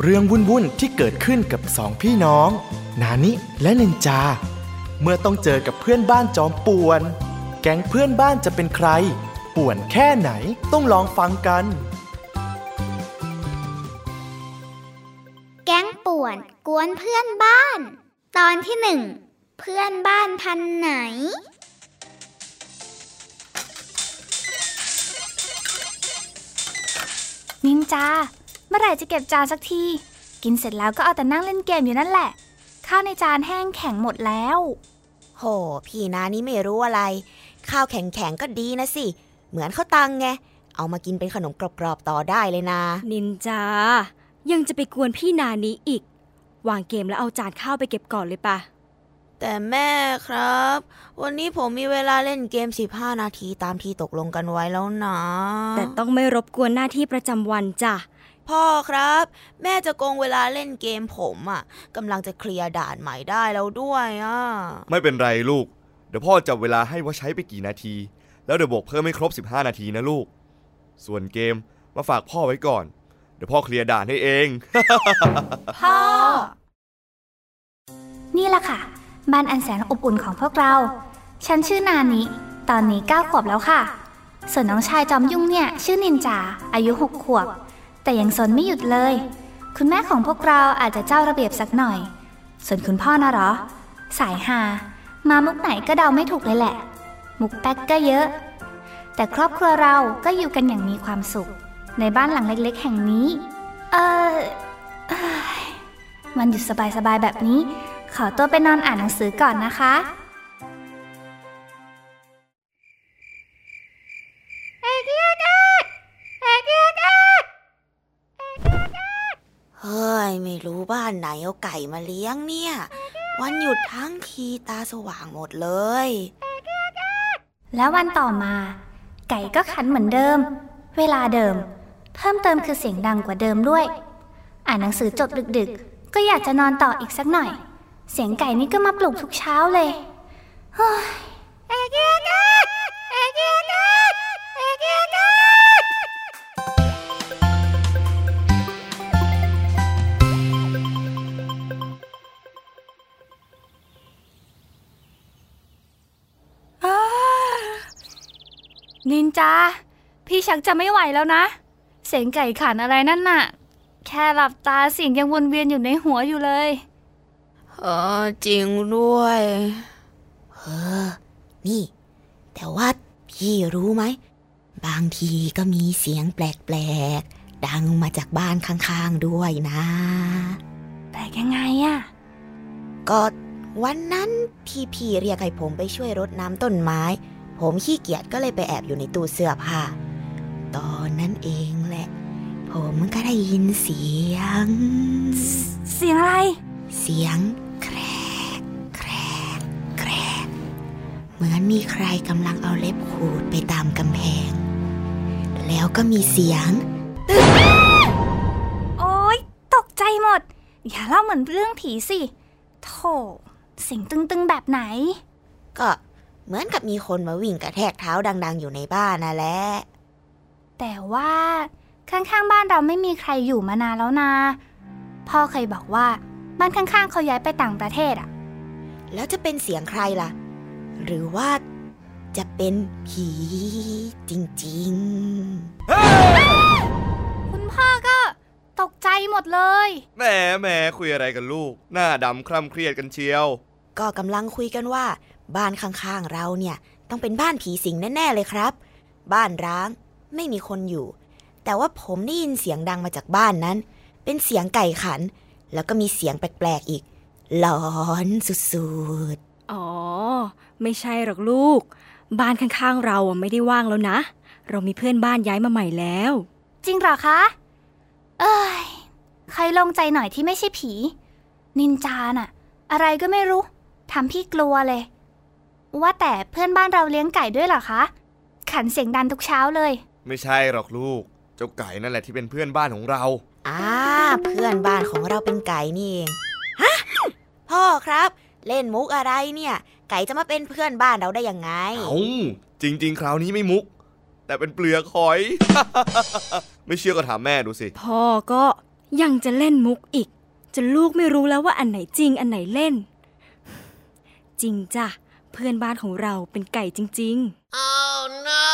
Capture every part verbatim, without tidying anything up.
เรื่องวุ่นๆที่เกิดขึ้นกับสองพี่น้องนานิและนินจาเมื่อต้องเจอกับเพื่อนบ้านจอมป่วนแก๊งเพื่อนบ้านจะเป็นใครป่วนแค่ไหนต้องลองฟังกันแก๊งป่วนกวนเพื่อนบ้านตอนที่หนึ่งเพื่อนบ้านพันไหนนินจาเมื่อไหร่จะเก็บจานสักทีกินเสร็จแล้วก็เอาแต่นั่งเล่นเกมอยู่นั่นแหละข้าวในจานแห้งแข็งหมดแล้วโหพี่นานี่ไม่รู้อะไรข้าวแข็งๆก็ดีนะสิเหมือนข้าวตังไงเอามากินเป็นขนมกรอบๆต่อได้เลยนะนินจายังจะไปกวนพี่นานี้อีกวางเกมแล้วเอาจานข้าวไปเก็บก่อนเลยปะแต่แม่ครับวันนี้ผมมีเวลาเล่นเกมสิบห้านาทีตามที่ตกลงกันไว้แล้วนะแต่ต้องไม่รบกวนหน้าที่ประจำวันจ้ะพ่อครับแม่จะโกงเวลาเล่นเกมผมอ่ะกำลังจะเคลียร์ด่านใหม่ได้แล้วด้วยอ่ะไม่เป็นไรลูกเดี๋ยวพ่อจับเวลาให้ว่าใช้ไปกี่นาทีแล้วเดี๋ยวบอกเพิ่มให้ครบสิบห้านาทีนะลูกส่วนเกมมาฝากพ่อไว้ก่อนเดี๋ยวพ่อเคลียร์ด่านให้เองพ่อนี่แหละค่ะบ้านอันแสนอบอุ่นของพวกเราฉันชื่อนานิตอนนี้เก้าขวบแล้วค่ะส่วนน้องชายจอมยุ่งเนี่ยชื่อนินจาอายุหกขวบแต่ยังซนไม่หยุดเลยคุณแม่ของพวกเราอาจจะเจ้าระเบียบสักหน่อยส่วนคุณพ่อนะหรอสายฮามามุกไหนก็เดาไม่ถูกเลยแหละมุกแป๊กก็เยอะแต่ครอบครัวเราก็อยู่กันอย่างมีความสุขในบ้านหลังเล็กๆแห่งนี้เออวันหยุดสบายๆแบบนี้ขอตัวไปนอนอ่านหนังสือก่อนนะคะเฮ้ยไม่รู้บ้านไหนเอาไก่มาเลี้ยงเนี่ยวันหยุดทั้งทีตาสว่างหมดเลยแล้ววันต่อมาไก่ก็ขันเหมือนเดิมเวลาเดิมเพิ่มเติมคือเสียงดังกว่าเดิมด้วยอ่านหนังสือจบดึกๆก็อยากจะนอนต่ออีกสักหน่อยเสียงไก่นี่ก็มาปลุกทุกเช้าเลยเฮ้ยเอเกียกัดเอเกียกัดเอเกียกัดนินจาพี่ชักจะไม่ไหวแล้วนะเสียงไก่ขันอะไรนั่นน่ะแค่หลับตาเสียงยังวนเวียนอยู่ในหัวอยู่เลยเออจริงด้วยเออนี่แต่ว่าพี่รู้ไหมบางทีก็มีเสียงแปลกๆดังมาจากบ้านข้างๆด้วยนะแปลกยังไงอะก็วันนั้นที่พี่เรียกให้ผมไปช่วยรดน้ำต้นไม้ผมขี้เกียจก็เลยไปแอบอยู่ในตู้เสื้อผ้าตอนนั้นเองแหละผมก็ได้ยินเสียงเสียงอะไรเสียงแครกแครกแครกเหมือนมีใครกำลังเอาเล็บขูดไปตามกำแพงแล้วก็มีเสียงตึ้งโอ๊ยตกใจหมดอย่าเล่าเหมือนเรื่องผีสิโธ่เสียงตึงๆแบบไหนก็เหมือนกับมีคนมาวิ่งกระแทกเท้าดังๆอยู่ในบ้านนั่นแหละแต่ว่าข้างๆบ้านเราไม่มีใครอยู่มานานแล้วนะพ่อเคยบอกว่าบ้านข้างๆเขาย้ายไปต่างประเทศอ่ะแล้วจะเป็นเสียงใครล่ะหรือว่าจะเป็นผีจริงๆ hey! คุณพ่อก็ตกใจหมดเลยแหมแหมคุยอะไรกันลูกหน้าดำคร่ำเครียดกันเชียวก็กำลังคุยกันว่าบ้านข้างๆเราเนี่ยต้องเป็นบ้านผีสิงแน่ๆเลยครับบ้านร้างไม่มีคนอยู่แต่ว่าผมได้ยินเสียงดังมาจากบ้านนั้นเป็นเสียงไก่ขันแล้วก็มีเสียงแปลกๆอีกหลอนสุดๆอ๋อไม่ใช่หรอกลูกบ้านข้างๆเราไม่ได้ว่างแล้วนะเรามีเพื่อนบ้านย้ายมาใหม่แล้วจริงเหรอคะเอ้ยใครลงใจหน่อยที่ไม่ใช่ผีนินจาน่ะอะไรก็ไม่รู้ทำพี่กลัวเลยว่าแต่เพื่อนบ้านเราเลี้ยงไก่ด้วยเหรอคะขันเสียงดังทุกเช้าเลยไม่ใช่หรอกลูกเจ้าไก่นั่นแหละที่เป็นเพื่อนบ้านของเราอ่าเพื่อนบ้านของเราเป็นไก่นี่เองฮะพ่อครับเล่นมุกอะไรเนี่ยไก่จะมาเป็นเพื่อนบ้านเราได้ยังไงเอ้าจริงๆคราวนี้ไม่มุกแต่เป็นเปลือกหอย ไม่เชื่อก็ถามแม่ดูสิพ่อก็ยังจะเล่นมุกอีกจนลูกไม่รู้แล้วว่าอันไหนจริงอันไหนเล่นจริงจ้ะเพื่อนบ้านของเราเป็นไก่จริงๆ Oh no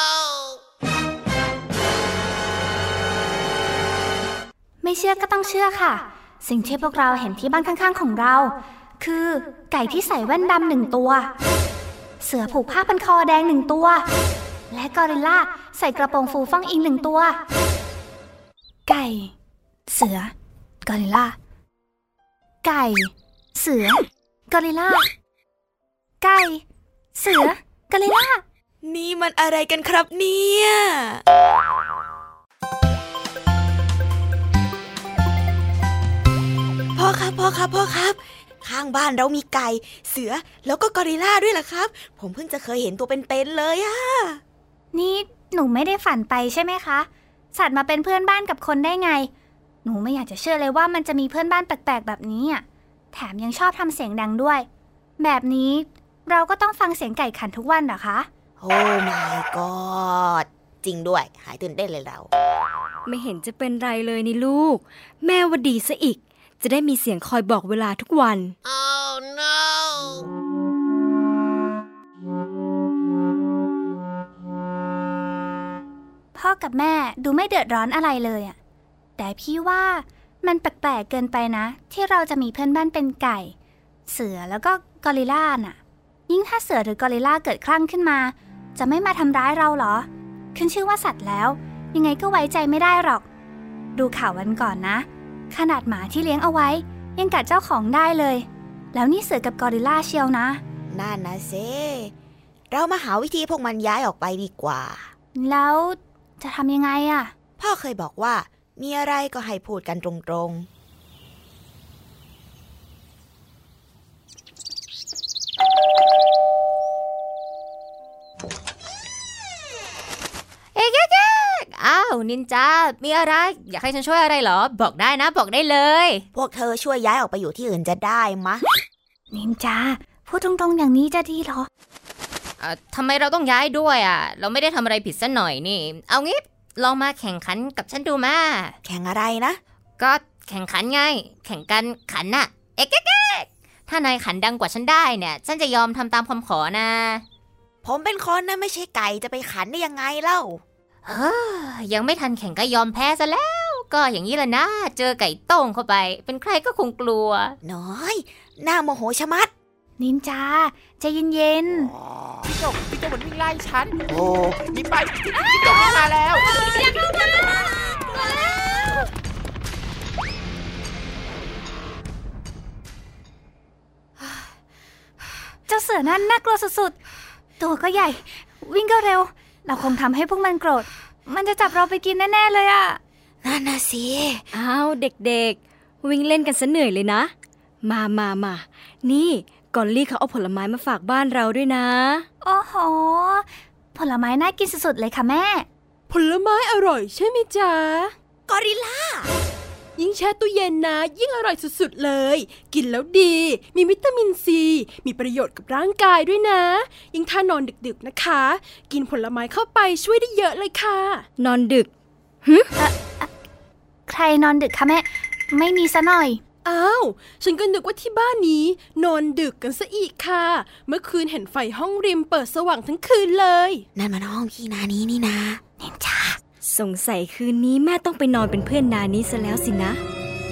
ไม่เชื่อก็ต้องเชื่อค่ะสิ่งที่พวกเราเห็นที่บ้านข้างๆของเราคือไก่ที่ใส่แว่นดำหนึ่งตัวเสือผูกผ้าพันคอแดงหนึ่งตัวและกอริลลาใส่กระโปรงฟูฟ่องอิงหนึ่งตัวไก่เสือกอริลลาไก่เสือกอริลลาไก่เสือกอริลลานี่มันอะไรกันครับเนี่ยพ่อครับพ่อครับพ่อครับข้างบ้านเรามีไก่เสือแล้วก็กอริลลาด้วยล่ะครับผมเพิ่งจะเคยเห็นตัวเป็นๆเลยอะนี่หนูไม่ได้ฝันไปใช่ไหมคะสัตว์มาเป็นเพื่อนบ้านกับคนได้ไงหนูไม่อยากจะเชื่อเลยว่ามันจะมีเพื่อนบ้านแปลกๆแบบนี้อ่ะแถมยังชอบทำเสียงดังด้วยแบบนี้เราก็ต้องฟังเสียงไก่ขันทุกวันเหรอคะโอ้ my god จริงด้วยหายตื่นเต้นเลยเราไม่เห็นจะเป็นไรเลยนี่ลูกแม่ว่าดีซะอีกจะได้มีเสียงคอยบอกเวลาทุกวัน Oh no พ่อกับแม่ดูไม่เดือดร้อนอะไรเลยอ่ะแต่พี่ว่ามันแปลกๆเกินไปนะที่เราจะมีเพื่อนบ้านเป็นไก่เสือแล้วก็กอริลลาน่ะยิ่งถ้าเสือหรือกอริลลาเกิดคลั่งขึ้นมาจะไม่มาทำร้ายเราเหรอขึ้นชื่อว่าสัตว์แล้วยังไงก็ไว้ใจไม่ได้หรอกดูข่าววันก่อนนะขนาดหมาที่เลี้ยงเอาไว้ยังกัดเจ้าของได้เลยแล้วนี่เสือกับกอริลลาเชียวนะนั่นนะเซเรามาหาวิธีพวกมันย้ายออกไปดีกว่าแล้วจะทำยังไงอ่ะพ่อเคยบอกว่ามีอะไรก็ให้พูดกันตรงๆเอ๊ะเอ๊ะอ้าวนินจามีอะไรอยากให้ฉันช่วยอะไรเหรอบอกได้นะบอกได้เลยพวกเธอช่วยย้ายออกไปอยู่ที่อื่นจะได้มะนินจาพูดตรงๆอย่างนี้จะดีเหรอเอ่อทำไมเราต้องย้ายด้วยอ่ะเราไม่ได้ทำอะไรผิดซะหน่อยนี่เอางี้ลองมาแข่งขันกับฉันดูมาแข่งอะไรนะก็แข่งขันไงแข่งกันขันน่ะเอ๊ะเอ๊ะถ้านายขันดังกว่าฉันได้เนี่ยฉันจะยอมทำตามคำขอนะผมเป็นคนนะไม่ใช่ไก่จะไปขันได้ยังไงเล่าเฮ้อยังไม่ทันแข่งก็ยอมแพ้ซะแล้วก็อย่างนี้แหละนะเจอไก่โต้งเข้าไปเป็นใครก็คงกลัวน้อยน่าโมโหชะมัดนินจาใจเย็นๆพี่จกพี่จกมันวิ่งไล่ฉันโอ้นี่ไปพี่จกมาแล้วอยากเข้ามาเจ้าเสือนั่นน่ากลัวสุดๆตัวก็ใหญ่วิ่งก็เร็วเราคงทำให้พวกมันโกรธมันจะจับเราไปกินแน่ๆเลยอ่ะนั่นน่ะสิอ้าวเด็กๆวิ่งเล่นกันซะเหนื่อยเลยนะมามามานี่กอลลี่เขาเอาผลไม้มาฝากบ้านเราด้วยนะโอ้โหผลไม้น่ากินสุดๆเลยค่ะแม่ผลไม้อร่อยใช่ไหมจ๊ะกอริลลายิ่งแช่ตู้เย็นนะยิ่งอร่อยสุดๆเลยกินแล้วดีมีวิตามินซีมีประโยชน์กับร่างกายด้วยนะยิ่งถ้านอนดึกๆนะคะกินผลไม้เข้าไปช่วยได้เยอะเลยค่ะนอนดึกหึใครนอนดึกคะแม่ไม่มีซะหน่อยอ้าวฉันก็นึกว่าที่บ้านนี้นอนดึกกันซะอีกค่ะเมื่อคืนเห็นไฟห้องริมเปิดสว่างทั้งคืนเลยนั่นมันห้องพี่นานี้นี่นะเน่นจ้าสงสัยคืนนี้แม่ต้องไปนอนเป็นเพื่อนนานี้ซะแล้วสินะ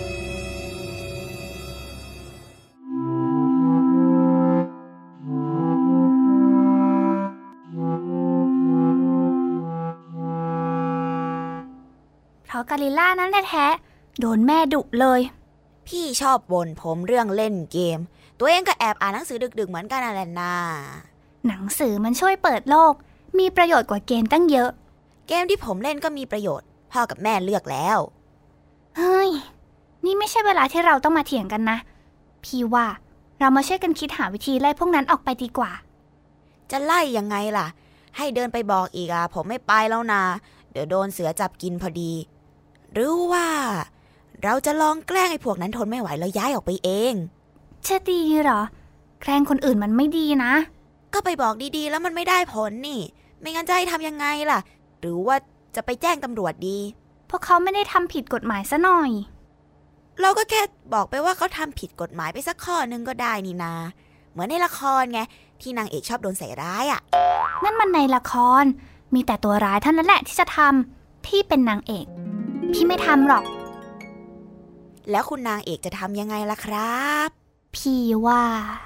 เพราะกอริลลานั้นแท้ๆโดนแม่ดุเลยพี่ชอบบ่นผมเรื่องเล่นเกมตัวเองก็แอบอ่านหนังสือดึกๆเหมือนกันนั่นแหละนะหนังสือมันช่วยเปิดโลกมีประโยชน์กว่าเกมตั้งเยอะเกมที่ผมเล่นก็มีประโยชน์พ่อกับแม่เลือกแล้วเฮ้ยนี่ไม่ใช่เวลาที่เราต้องมาเถียงกันนะพี่ว่าเรามาช่วยกันคิดหาวิธีไล่พวกนั้นออกไปดีกว่าจะไล่ยังไงล่ะให้เดินไปบอกอีกอ่ะผมไม่ไปแล้วนะเดี๋ยวโดนเสือจับกินพอดีหรือว่าเราจะลองแกล้งไอ้พวกนั้นทนไม่ไหวแล้วย้ายออกไปเองจะดีเหรอแกล้งคนอื่นมันไม่ดีนะก็ไปบอกดีๆแล้วมันไม่ได้ผลนี่ไม่งั้นจะให้ทำยังไงล่ะหรือว่าจะไปแจ้งตำรวจดีเพราะเขาไม่ได้ทำผิดกฎหมายซะหน่อยเราก็แค่บอกไปว่าเขาทำผิดกฎหมายไปสักข้อนึงก็ได้นี่นาเหมือนในละครไงที่นางเอกชอบโดนใส่ร้ายอ่ะนั่นมันในละครมีแต่ตัวร้ายเท่านั้นแหละที่จะทำพี่เป็นนางเอกพี่ไม่ทำหรอกแล้วคุณนางเอกจะทำยังไงล่ะครับพี่ว่า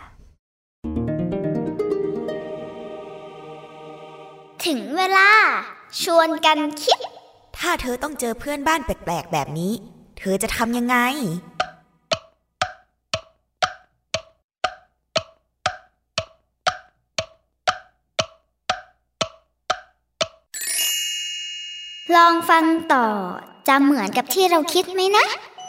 ถึงเวลาชวนกันคิดถ้าเธอต้องเจอเพื่อนบ้านแปลกๆแบบนี้เธอจะทำยังไงลองฟังต่อจะเหมือนกับที่เราคิดไหมนะ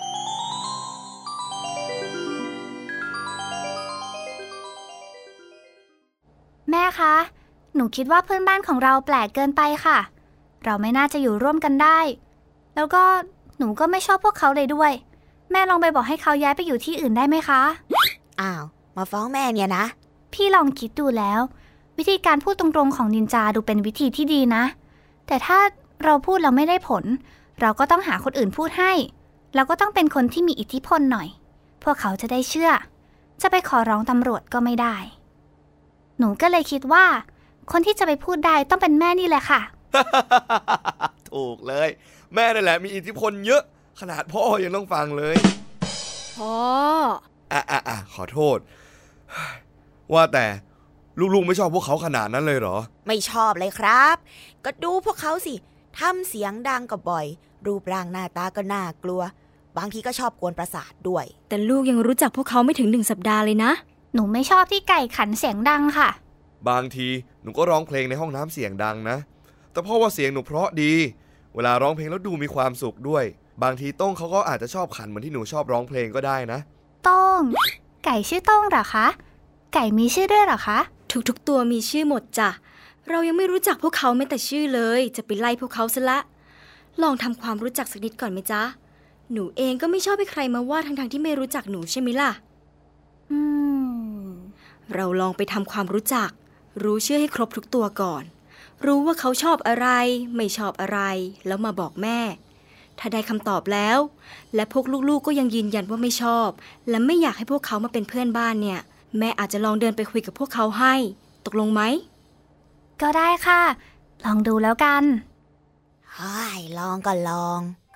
แม่คะหนูคิดว่าเพื่อนบ้านของเราแปลกเกินไปค่ะเราไม่น่าจะอยู่ร่วมกันได้แล้วก็หนูก็ไม่ชอบพวกเขาเลยด้วยแม่ลองไปบอกให้เขาย้ายไปอยู่ที่อื่นได้ไหมคะอ้าวมาฟ้องแม่เนี่ยนะพี่ลองคิดดูแล้ววิธีการพูดตรงๆของนินจาดูเป็นวิธีที่ดีนะแต่ถ้าเราพูดเราไม่ได้ผลเราก็ต้องหาคนอื่นพูดให้เราก็ต้องเป็นคนที่มีอิทธิพลหน่อยพวกเขาจะได้เชื่อจะไปขอร้องตำรวจก็ไม่ได้หนูก็เลยคิดว่าคนที่จะไปพูดได้ต้องเป็นแม่นี่แหละค่ะถูกเลยแม่นั่นแหละมีอิทธิพลเยอะขนาดพ่อยังต้องฟังเลยพ่ออ่ะอ่ะอ่ะขอโทษว่าแต่ลูกๆไม่ชอบพวกเขาขนาดนั้นเลยเหรอไม่ชอบเลยครับก็ดูพวกเขาสิทำเสียงดังก็บ่อยรูปร่างหน้าตาก็น่ากลัวบางทีก็ชอบกวนประสาทด้วยแต่ลูกยังรู้จักพวกเขาไม่ถึงหนึ่งสัปดาห์เลยนะหนูไม่ชอบที่ไก่ขันเสียงดังค่ะบางทีหนูก็ร้องเพลงในห้องน้ำเสียงดังนะแต่เพราะว่าเสียงหนูเพราะดีเวลาร้องเพลงแล้วดูมีความสุขด้วยบางทีโต้งเขาก็อาจจะชอบขันเหมือนที่หนูชอบร้องเพลงก็ได้นะโต้งไก่ชื่อโต้งเหรอคะไก่มีชื่อด้วยเหรอคะทุกๆตัวมีชื่อหมดจ้ะเรายังไม่รู้จักพวกเขาแม้แต่ชื่อเลยจะไปไล่พวกเขาซะละลองทำความรู้จักสักนิดก่อนไหมจ๊ะหนูเองก็ไม่ชอบให้ใครมาว่าทั้งๆที่ไม่รู้จักหนูใช่ไหมล่ะอืมเราลองไปทำความรู้จักรู้ชื่อให้ครบทุกตัวก่อนรู้ว่าเขาชอบอะไรไม่ชอบอะไรแล้วมาบอกแม่ถ้าได้คำตอบแล้วและพวกลูกๆก็ยังยืนยันว่าไม่ชอบและไม่อยากให้พวกเขามาเป็นเพื่อนบ้านเนี่ยแม่อาจจะลองเดินไปคุยกับพวกเขาให้ตกลงไหมก็ได้ค่ะลองดูแล้วกันเฮ้ยลองก็ลอง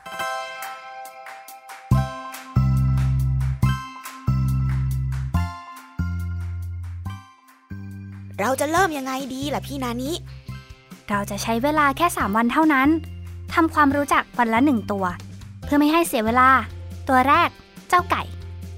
เราจะเริ่มยังไงดีล่ะพี่นานิเราจะใช้เวลาแค่สามวันเท่านั้นทำความรู้จักวันละหนึ่งตัวเพื่อไม่ให้เสียเวลาตัวแรกเจ้าไก่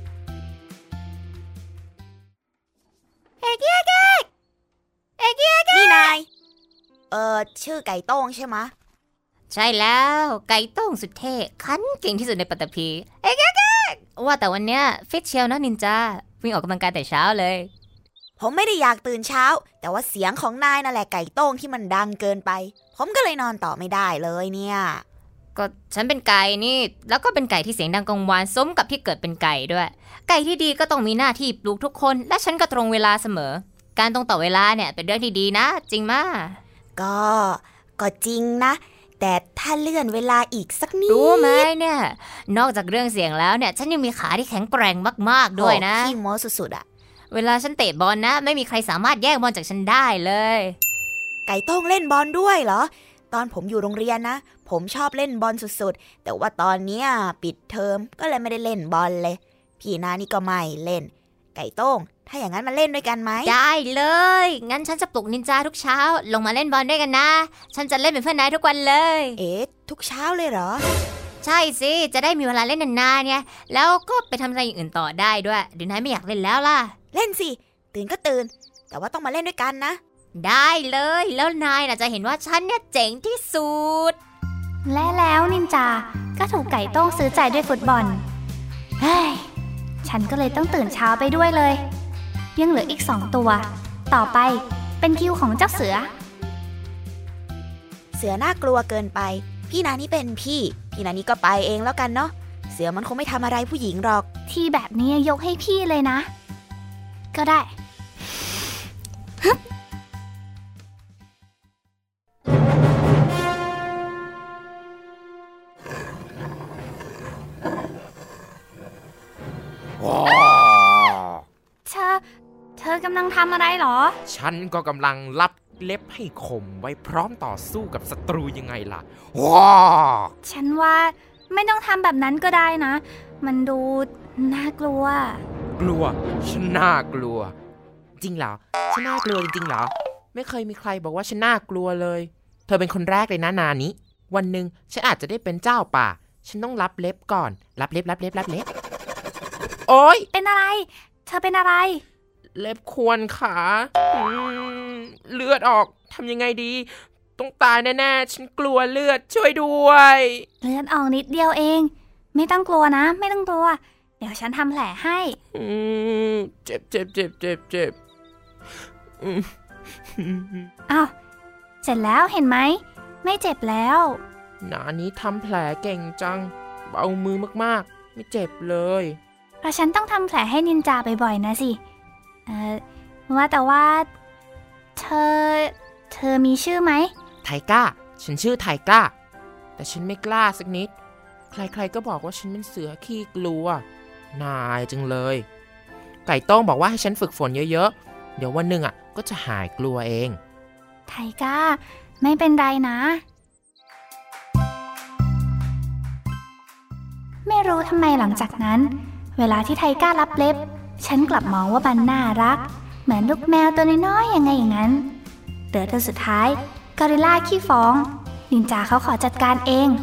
เอกเอกเอกเอกเอกนี่นายเออชื่อไก่โต้งใช่ไหมใช่แล้วไก่โต้งสุดเท่ขันเก่งที่สุดในปัตตภีเอกเอกเอกว่าแต่วันเนี้ยฟิตเชียวนะนินจาวิ่งออกกำลังกายแต่เช้าเลยผมไม่ได้อยากตื่นเช้าแต่ว่าเสียงของนายนั่นแหละไก่โต้งที่มันดังเกินไปผมก็เลยนอนต่อไม่ได้เลยเนี่ยก็ฉันเป็นไก่นี่แล้วก็เป็นไก่ที่เสียงดังกังวานสมกับที่เกิดเป็นไก่ด้วยไก่ที่ดีก็ต้องมีหน้าที่ปลุกทุกคนและฉันก็ตรงเวลาเสมอการตรงต่อเวลาเนี่ยเป็นเรื่องที่ดีนะจริงมั้ยก็ก็จริงนะแต่ถ้าเลื่อนเวลาอีกสักนิดรู้ไหมเนี่ยนอกจากเรื่องเสียงแล้วเนี่ยฉันยังมีขาที่แข็งแกร่งมากๆด้วยนะขี้โม้สุดๆอ่ะเวลาฉันเตะบอลนะไม่มีใครสามารถแย่งบอลจากฉันได้เลยไก่โต้งเล่นบอลด้วยเหรอตอนผมอยู่โรงเรียนนะผมชอบเล่นบอลสุดๆแต่ว่าตอนนี้ปิดเทอมก็เลยไม่ได้เล่นบอลเลยพี่นานี่ก็ไม่เล่นไก่โต้งถ้าอย่างนั้นมาเล่นด้วยกันไหมได้เลยงั้นฉันจะปลุกนินจาทุกเช้าลงมาเล่นบอลด้วยกันนะฉันจะเล่นเป็นเพื่อนนายทุกวันเลยเอ๊ะทุกเช้าเลยเหรอใช่สิจะได้มีเวลาเล่นนานๆเนี่ยแล้วก็ไปทำอะไรอย่างอื่นต่อได้ด้วยเดี๋ยวนายไม่อยากเล่นแล้วล่ะเล่นสิตื่นก็ตื่นแต่ว่าต้องมาเล่นด้วยกันนะได้เลยแล้วนายน่ะจะเห็นว่าฉันเนี่ยเจ๋งที่สุดและแล้วนินจาก็ถูกไก่โต้งซื้อใจด้วยฟุตบอลเฮ้ยฉันก็เลยต้องตื่นเช้าไปด้วยเลยยังเหลืออีกสองตัวต่อไปเป็นคิวของเจ้าเสือเสือน่ากลัวเกินไปพี่นานี่เป็นพี่พี่นานี่ก็ไปเองแล้วกันเนาะเสือมันคงไม่ทำอะไรผู้หญิงหรอกที่แบบนี้ยกให้พี่เลยนะก็ได้ำลังทำอะไรหรอฉันก็กำลังลับเล็บให้คมไว้พร้อมต่อสู้กับศัตรูยังไงล่ะว้าฉันว่าไม่ต้องทำแบบนั้นก็ได้นะมันดูน่ากลัวกลัวฉันน่ากลัวจริงเหรอฉันน่ากลัวจริงๆเหรอไม่เคยมีใครบอกว่าฉันน่ากลัวเลยเธอเป็นคนแรกเลยนะนานิวันหนึ่งฉันอาจจะได้เป็นเจ้าป่าฉันต้องลับเล็บก่อนลับเล็บลับเล็บลับเล็บโอ๊ยเป็นอะไรเธอเป็นอะไรเล็บควรขาเลือดออกทำยังไงดีต้องตายแน่ๆฉันกลัวเลือดช่วยด้วยเลือดออกนิดเดียวเองไม่ต้องกลัวนะไม่ต้องกลัวเดี๋ยวฉันทำแผลให้อืมเจ็บเจ็บเจ็บเจ็บเจ็บอ้าวเสร็จแล้วเห็นไหมไม่เจ็บแล้วนานี้ทำแผลเก่งจังเบามือมากๆไม่เจ็บเลยเพราะฉันต้องทำแผลให้นินจาบ่อยๆนะสิเออว่าแต่ว่าเธอเธอมีชื่อไหมไทก้าฉันชื่อไทก้าแต่ฉันไม่กล้าสักนิดใครๆก็บอกว่าฉันเป็นเสือขี้กลัวนายจังเลยไก่โต้งบอกว่าให้ฉันฝึกฝนเยอะๆเดี๋ยววันหนึ่งอ่ะก็จะหายกลัวเองไทก้าไม่เป็นไรนะไม่รู้ทำไมหลังจากนั้นเวลาที่ไทก้ารับเล็บฉันกลับมองว่ามันน่ารักเหมือนลูกแมวตัวน้อยๆยังไงอย่างนั้นเหลือตัวสุดท้ายกอริลลาขี้ฟ้องนินจาเขาขอจัดการเอง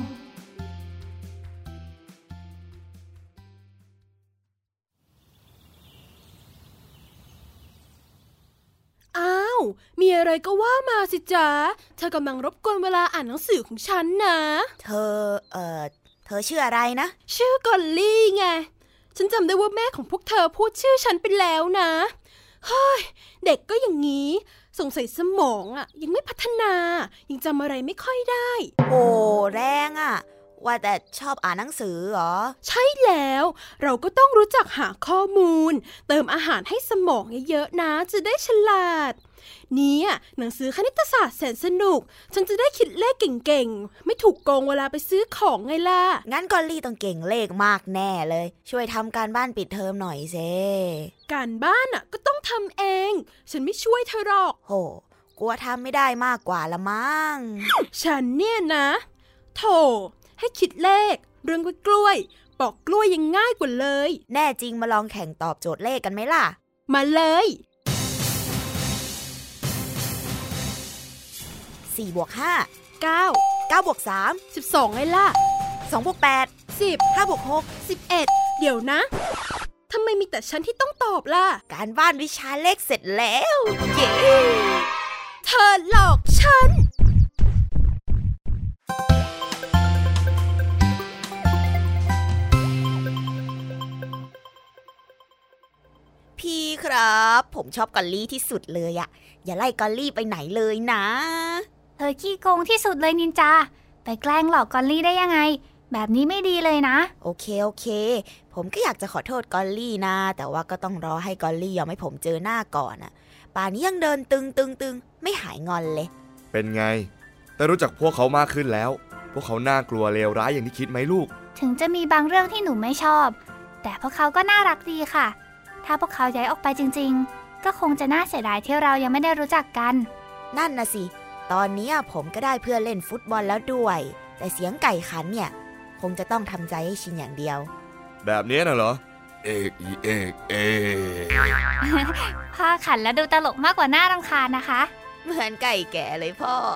อ้าวมีอะไรก็ว่ามาสิจ๊ะเธอกำลังรบกวนเวลาอ่านหนังสือของฉันนะเธอเอ่อเธอชื่ออะไรนะชื่อกอลลี่ไงฉันจำได้ว่าแม่ของพวกเธอพูดชื่อฉันไปแล้วนะเฮ้ยเด็กก็อย่างนี้สงสัยสมองอ่ะยังไม่พัฒนายังจำอะไรไม่ค่อยได้โอ้แรงอ่ะว่าแต่ชอบอ่านหนังสือเหรอใช่แล้วเราก็ต้องรู้จักหาข้อมูลเติมอาหารให้สมองเยอะๆนะจะได้ฉลาดเนี่ยหนังสือคณิตศาสตร์แสนสนุกฉันจะได้คิดเลขเก่งๆไม่ถูกโกงเวลาไปซื้อของไงล่ะงั้นกอลลี่ต้องเก่งเลขมากแน่เลยช่วยทำการบ้านปิดเทอมหน่อยเซการบ้านอ่ะก็ต้องทำเองฉันไม่ช่วยเธอหรอกโหกลัวทำไม่ได้มากกว่าละมั้งฉันเนี่ยนะโถให้คิดเลขเรื่องกล้วยปอกกล้วยยังง่ายกว่าเลยแน่จริงมาลองแข่งตอบโจทย์เลขกันไหมล่ะมาเลยสี่บวกห้าเก้าเก้าบวกสามสิบสองไงล่ะสองบวกแปดสิบห้าบวกหกสิบเอ็ดเดี๋ยวนะทำไมมีแต่ฉันที่ต้องตอบล่ะการบ้านวิชาเลขเสร็จแล้วเย้เธอหลอกฉันพี่ครับผมชอบกอลลี่ที่สุดเลยอะอย่าไล่กอลลี่ไปไหนเลยนะเธอขี้โกงที่สุดเลยนินจาไปแกล้งหลอกกอลลี่ได้ยังไงแบบนี้ไม่ดีเลยนะโอเคโอเคผมก็อยากจะขอโทษกอลลี่นะแต่ว่าก็ต้องรอให้กอลลี่ยอมให้ผมเจอหน้าก่อนอะป่านนี้ยังเดินตึงตึงตึงไม่หายงอนเลยเป็นไงแต่รู้จักพวกเขามากขึ้นแล้วพวกเขาน่ากลัวเลวร้ายอย่างที่คิดไหมลูกถึงจะมีบางเรื่องที่หนูไม่ชอบแต่พวกเขาก็น่ารักดีค่ะถ้าพวกเขาย้ายออกไปจริงๆก็คงจะน่าเสียดายที่เรายังไม่ได้รู้จักกันนั่นน่ะสิตอนนี้ผมก็ได้เพื่อนเล่นฟุตบอลแล้วด้วยแต่เสียงไก่ขันเนี่ยคงจะต้องทำใจให้ชินอย่างเดียวแบบนี้น่ะเหรอเอกอีเอกเอพ่อขันแล้วดูตลกมากกว่าน่ารำคาญนะคะเหมือนไก่แก่เลยพ่อ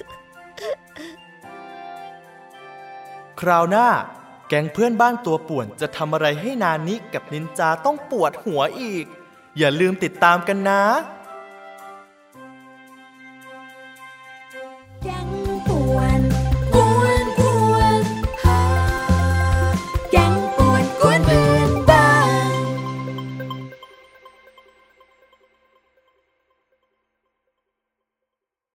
คราวหน้าแก๊งเพื่อนบ้านตัวป่วนจะทำอะไรให้นานิกับนินจาต้องปวดหัวอีกอย่าลืมติดตามกันนะ